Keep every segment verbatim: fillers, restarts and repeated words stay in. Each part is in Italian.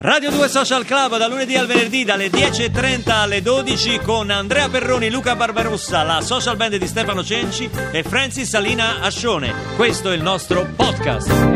Radio due Social Club da lunedì al venerdì dalle dieci e trenta alle dodici con Andrea Perroni, Luca Barbarossa, la social band di Stefano Cenci e Francis Salina Ascione. Questo è il nostro podcast.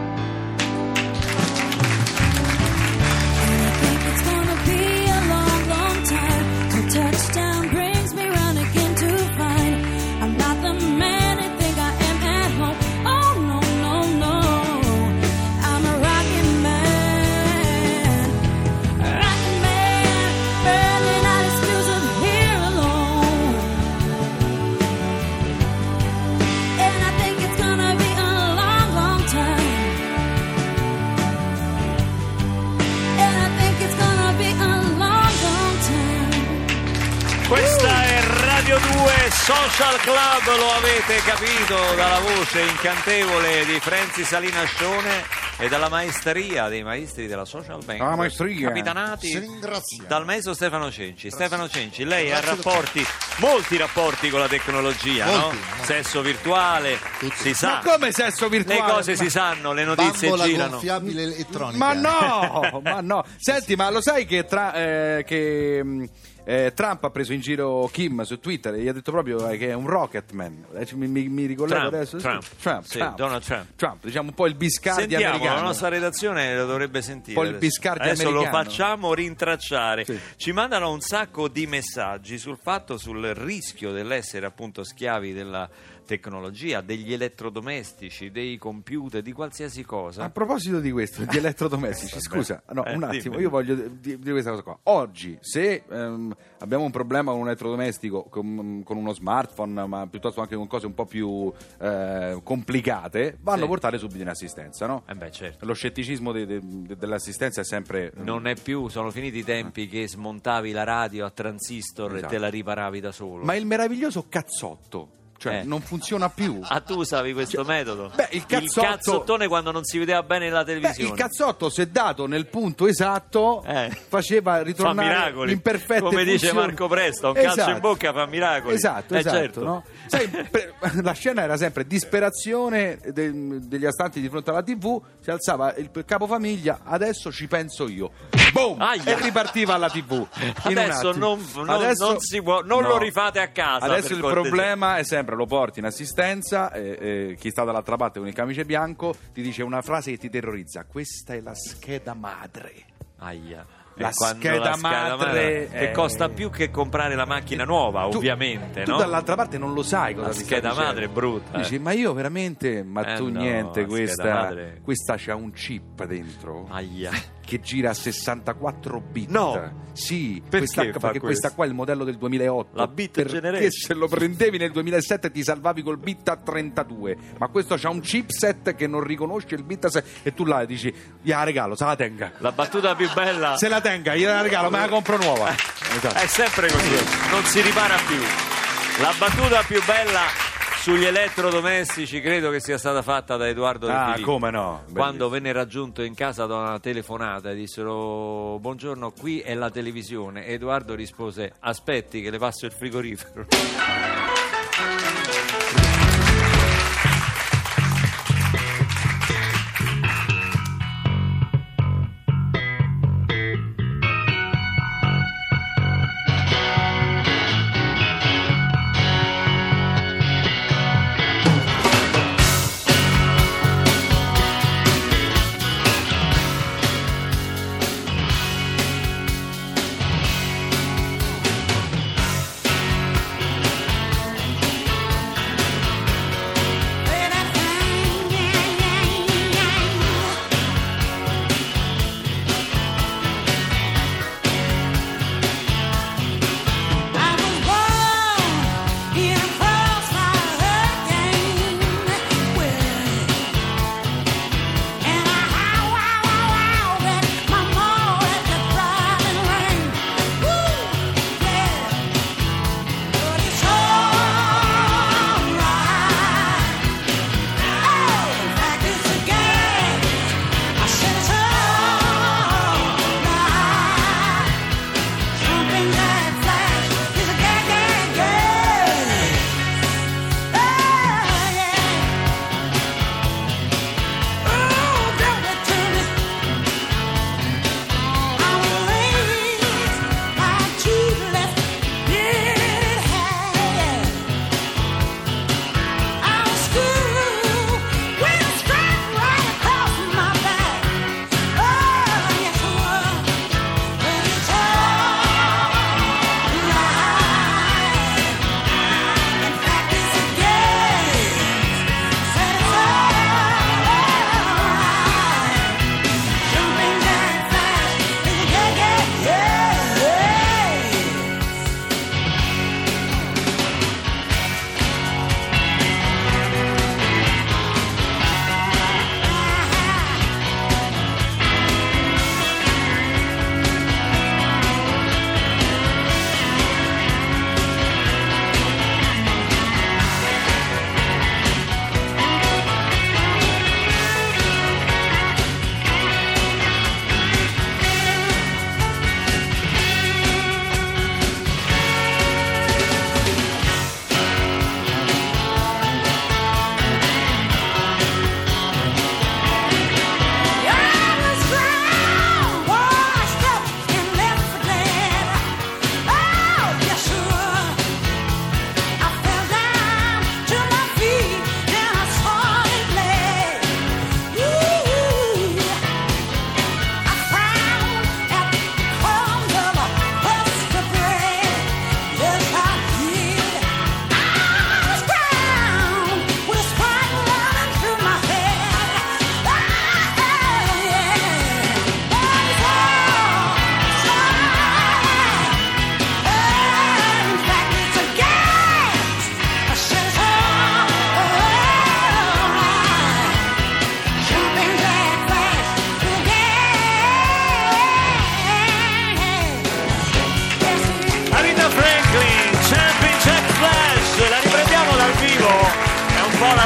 Questa è Radio due Social Club, lo avete capito dalla voce incantevole di Francis Salina Ascione e dalla maestria dei maestri della social band, ah, maestria. capitanati dal maestro Stefano Cenci. Stefano Cenci, lei ha rapporti, molti rapporti con la tecnologia, molti, no? Molti. Sesso virtuale, tutti. Si sa. Ma come sesso virtuale? Le cose ma... si sanno, le notizie Bambola girano. gonfiabile elettronica. Ma no, ma no. Senti, ma lo sai che tra eh, che mh, Eh, Trump ha preso in giro Kim su Twitter e gli ha detto proprio eh, che è un rocket man. Eh, mi, mi, mi ricollego Trump, adesso. Trump, Trump, sì, Trump, Donald Trump. Trump, diciamo un po' il Biscardi Sentiamo, americano. la nostra redazione lo dovrebbe sentire. Un po' il Biscardi adesso americano. Lo facciamo rintracciare. Sì. Ci mandano un sacco di messaggi sul fatto, sul rischio dell'essere appunto schiavi della tecnologia, degli elettrodomestici, dei computer, di qualsiasi cosa. A proposito di questo, di elettrodomestici, scusa, no, eh, un attimo, dimmi. io voglio dire questa cosa qua. Oggi, se ehm, abbiamo un problema con un elettrodomestico, con, con uno smartphone, ma piuttosto anche con cose un po' più eh, complicate, vanno Sì. portate subito in assistenza, no? Eh beh, certo. Lo scetticismo de, de, de, dell'assistenza è sempre... Non è più, sono finiti i tempi che smontavi la radio a transistor Esatto. e te la riparavi da solo. Ma il meraviglioso cazzotto, cioè Eh. non funziona più. Ah, tu usavi questo metodo? Beh, il cazzotto- cazzottone quando non si vedeva bene la Beh, televisione. il cazzotto, se dato nel punto esatto, Eh. faceva Fa ritornare miracoli, in perfette come dice funzioni. Marco Presto, un Esatto. calcio in bocca fa miracoli. Esatto, Eh, esatto, certo. no? Sai, per- la scena era sempre disperazione de- degli astanti di fronte alla tivù, si alzava il capofamiglia, adesso ci penso io. Boom! Aia. E ripartiva alla tivù. In un Adesso attimo. non, non- Adesso- non si può, non no. lo rifate a casa. Adesso per il cortesia. problema è sempre lo porti in assistenza e, e chi sta dall'altra parte con il camice bianco ti dice una frase che ti terrorizza: questa è la scheda madre. Aia. La E quando scheda la scheda madre che è- costa più che comprare la macchina nuova, Tu- ovviamente, tu no? dall'altra parte non lo sai cosa La ti sta scheda dicendo. madre è brutta, Dici, eh. ma io veramente, ma Eh tu no, niente, la scheda questa, madre. questa c'ha un chip dentro Aia. che gira a sessantaquattro bit. No. Sì, Perché questa, fa perché questo? questa qua è il modello del duemilaotto. La bit perché generation. se lo prendevi nel duemilasette ti salvavi col bit a trentadue, ma questo c'ha un chipset che non riconosce il bit a se- e tu là dici, gliela regalo, se la tenga. La battuta più bella Se la tenga, gliela regalo, me la compro nuova. Esatto. è sempre così, non si ripara più. La battuta più bella sugli elettrodomestici credo che sia stata fatta da Edoardo De Ah, Filippo. come no? Quando venne raggiunto in casa da una telefonata e dissero buongiorno, qui è la televisione, Edoardo rispose aspetti che le passo il frigorifero.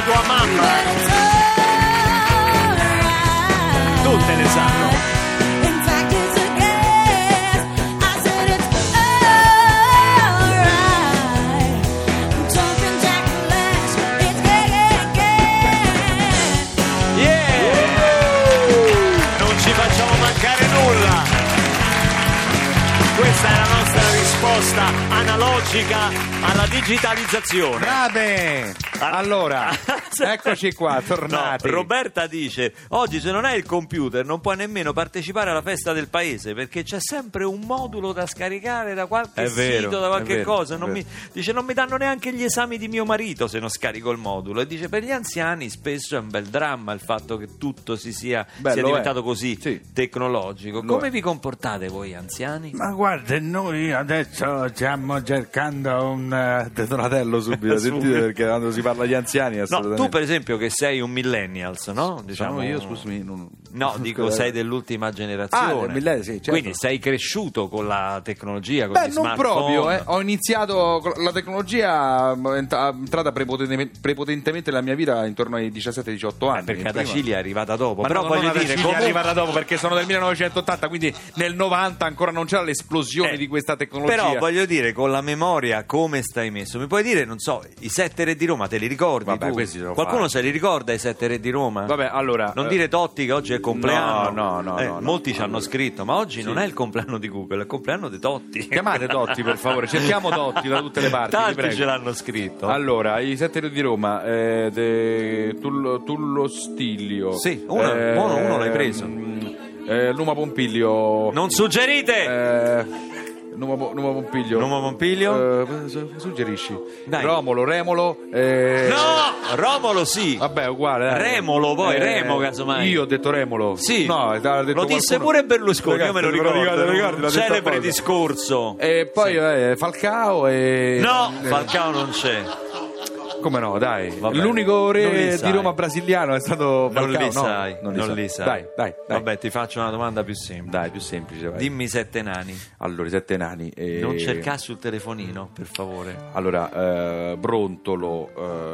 la tua mamma. Tutte le sanno. Questa è la nostra risposta analogica alla digitalizzazione. Brave! Allora, eccoci qua, tornati. No, Roberta dice: oggi se non hai il computer non puoi nemmeno partecipare alla festa del paese, perché c'è sempre un modulo da scaricare da qualche È vero, sito, da qualche è vero, cosa. è Non vero. mi, dice non mi danno neanche gli esami di mio marito se non scarico il modulo. E dice per gli anziani spesso è un bel dramma il fatto che tutto si sia, Beh, sia lo diventato è. così Sì. tecnologico. Lo Come è. vi comportate voi anziani? Ma guarda, noi adesso stiamo cercando un eh, Donatello subito, Subito. sentite, perché quando si parla di anziani No, assolutamente. tu per esempio che sei un millennials, no? Diciamo Sono io, scusami. Non... No, dico sei dell'ultima generazione. Ah, del millennial, sì, certo. Quindi sei cresciuto con la tecnologia, con Beh, gli non smartphone. proprio, eh. Ho iniziato con la tecnologia, è entrata prepotentemente, prepotentemente nella mia vita intorno ai diciassette diciotto anni. Eh, perché Prima- Adaciglia è arrivata dopo. Ma Però no, voglio non dire, Adaciglia comunque- è arrivata dopo perché sono del millenovecentottanta, quindi nel novanta ancora non c'era l'esplosione Eh, di questa tecnologia. Però voglio dire, con la memoria come stai messo? Mi puoi dire, non so, i sette re di Roma te li ricordi? Vabbè, tu? questi sono Qualcuno facili. se li ricorda i sette re di Roma? Vabbè, allora, Non eh, dire Totti che oggi è il compleanno. no, no, Eh, no, no. Molti ci hanno Allora, scritto, ma oggi sì. non è il compleanno di Google, è il compleanno di Totti. Chiamate Totti per favore, cerchiamo Totti da tutte le parti, vi Tanti prego. ce l'hanno scritto. Allora, i sette re di Roma, eh, de- Tullo, Tullo Stilio. Sì, uno- uno- uno l'hai preso. mm, eh, Numa Pompilio. Non suggerite! Eh, Numa, Po- Numa Pompilio. Numa Pompilio? Eh, su- suggerisci. Dai. Romolo, Remolo. eh, No! Romolo sì! Vabbè, uguale. dai. Remolo, poi, Remo, casomai. Io ho detto Remolo. Sì, No, l'ha detto lo disse qualcuno. pure Berlusconi, Ragazzi, io me lo te ricordo. te lo ricordi, l'ha detto Celebre apposta. discorso. E poi eh, Falcao e... No, eh, Falcao non c'è. Come no, dai. Vabbè, L'unico non li re di sai. Roma brasiliano è stato Falcao. Non li no, sai, non li, non so. li sai. Dai, dai, dai. Vabbè, ti faccio una domanda più semplice. Dai, più semplice, vai. Dimmi sette nani. Allora, i sette nani. eh, Non cercare sul telefonino, per favore. Allora, eh, Brontolo,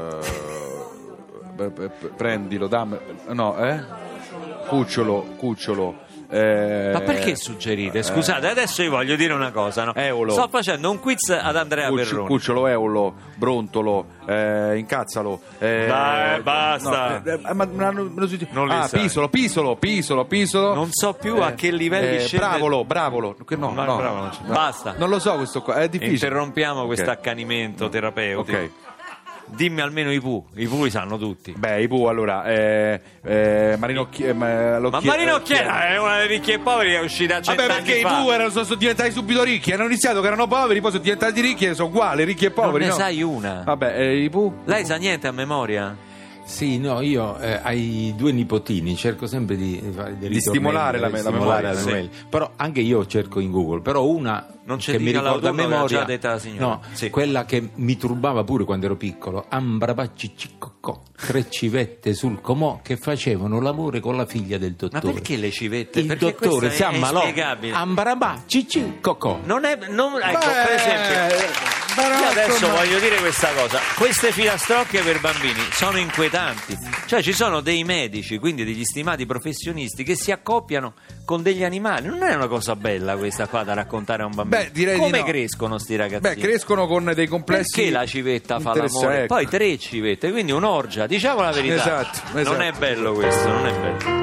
eh, p- p- prendilo, dammi. No, eh? Cucciolo, Cucciolo. eh, Ma perché suggerite? Scusate, adesso io voglio dire una cosa, no? Eolo. Sto facendo un quiz ad Andrea Cucci- Perroni. Cucciolo, Eolo, Brontolo, eh, incazzalo. eh, Dai, basta. no, eh, eh, ma me l'hanno- me lo sugge- Non li ah, sai. Pisolo, Pisolo, Pisolo, Pisolo. Non so più a che livelli scende- Bravolo, Bravolo. Che No, Ma no. bravo, non c'è. No. Basta. Non lo so questo qua, è difficile. Interrompiamo Ok. questo accanimento terapeutico. Ok. Dimmi almeno i Pooh. I Pooh li sanno tutti. Beh, i Pooh, allora, eh, eh, Marinocchi... eh, ma, Ma Marino Chiera è una dei ricchi e poveri che è uscita Vabbè, cent'anni perché i fa. Pooh erano, sono, sono diventati subito ricchi. Hanno iniziato che erano poveri, poi sono diventati ricchi e sono uguali, ricchi e poveri. ne no? sai una. Vabbè, eh, i Pooh... Lei sa niente a memoria? Sì, no, io eh, ai due nipotini cerco sempre di, di, fare dei Di stimolare la- ritornelli, la di stimolare memoria, la sì. memoria. Però anche io cerco in Google, però una Non ci che mi dica ricordo a l'autunno, l'ha memoria, già detta la signora. no, Sì. quella che mi turbava pure quando ero piccolo, Ambrabacci Ciccocò, tre civette sul comò che facevano l'amore con la figlia del Ma dottore. perché le civette? Il Perché dottore questo si è ammalò, inspiegabile. Ambrabacci Ciccocò. Non è, non, ecco, Beh, per esempio, però, io adesso insomma- voglio dire questa cosa: queste filastrocche per bambini sono inquietanti. Cioè, ci sono dei medici, quindi degli stimati professionisti, che si accoppiano con degli animali. Non è una cosa bella questa qua da raccontare a un bambino. Beh, direi di Come no. crescono sti ragazzini? Beh, crescono con dei complessi... Perché la civetta fa interessanti, l'amore? ecco. Poi tre civette, quindi un'orgia. Diciamo la verità. Esatto, Non esatto. è bello questo, non è bello.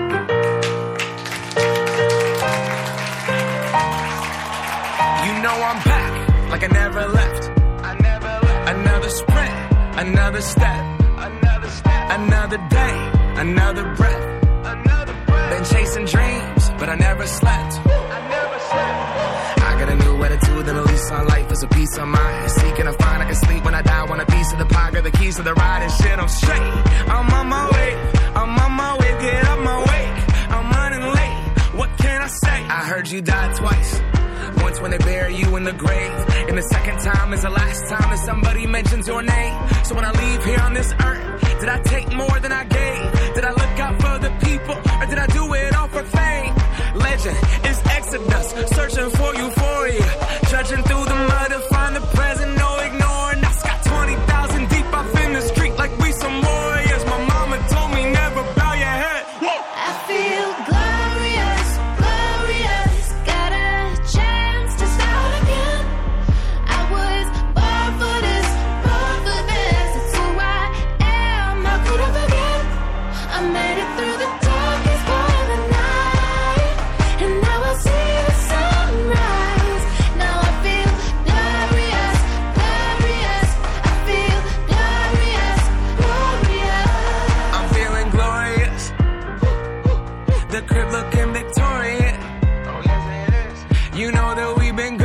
You know I'm back, like I never left. I never left. Another sprint, another step, another step, another day, another breath, another breath. Been chasing dreams, but I never slept. I never slept. I got a new attitude and a lease on life is a piece of mind. Seeking to find I can sleep when I die. Want a piece of the pie, got the keys to the ride and shit. I'm straight. I'm on my way. I'm on my way. Get up my way. I'm running late. What can I say? I heard you died twice. Once when they bury you in the grave, and the second time is the last time that somebody mentions your name. So when I leave here on this earth, did I take more than I gave? Did I look out for the people, or did I do it all for fame? Legend is Exodus, searching for euphoria, trudging through the mud to find the present, no ignoring. I got twenty thousand deep off in the street like we some warriors. You know that we've been